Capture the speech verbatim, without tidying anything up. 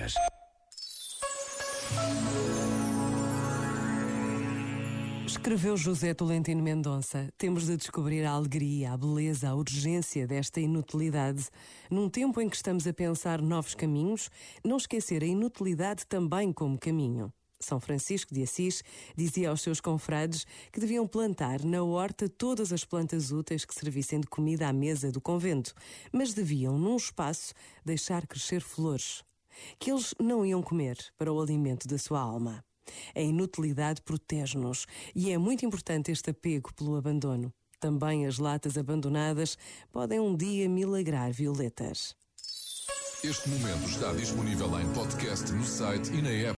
dez. Escreveu José Tolentino Mendonça: temos de descobrir a alegria, a beleza, a urgência desta inutilidade. Num tempo em que estamos a pensar novos caminhos, não esquecer a inutilidade também como caminho. São Francisco de Assis dizia aos seus confrades que deviam plantar na horta todas as plantas úteis que servissem de comida à mesa do convento, mas deviam, num espaço, deixar crescer flores, que eles não iam comer para o alimento da sua alma. A inutilidade protege-nos e é muito importante este apego pelo abandono. Também as latas abandonadas podem um dia milagrar violetas. Este momento está disponível em podcast no site e na app.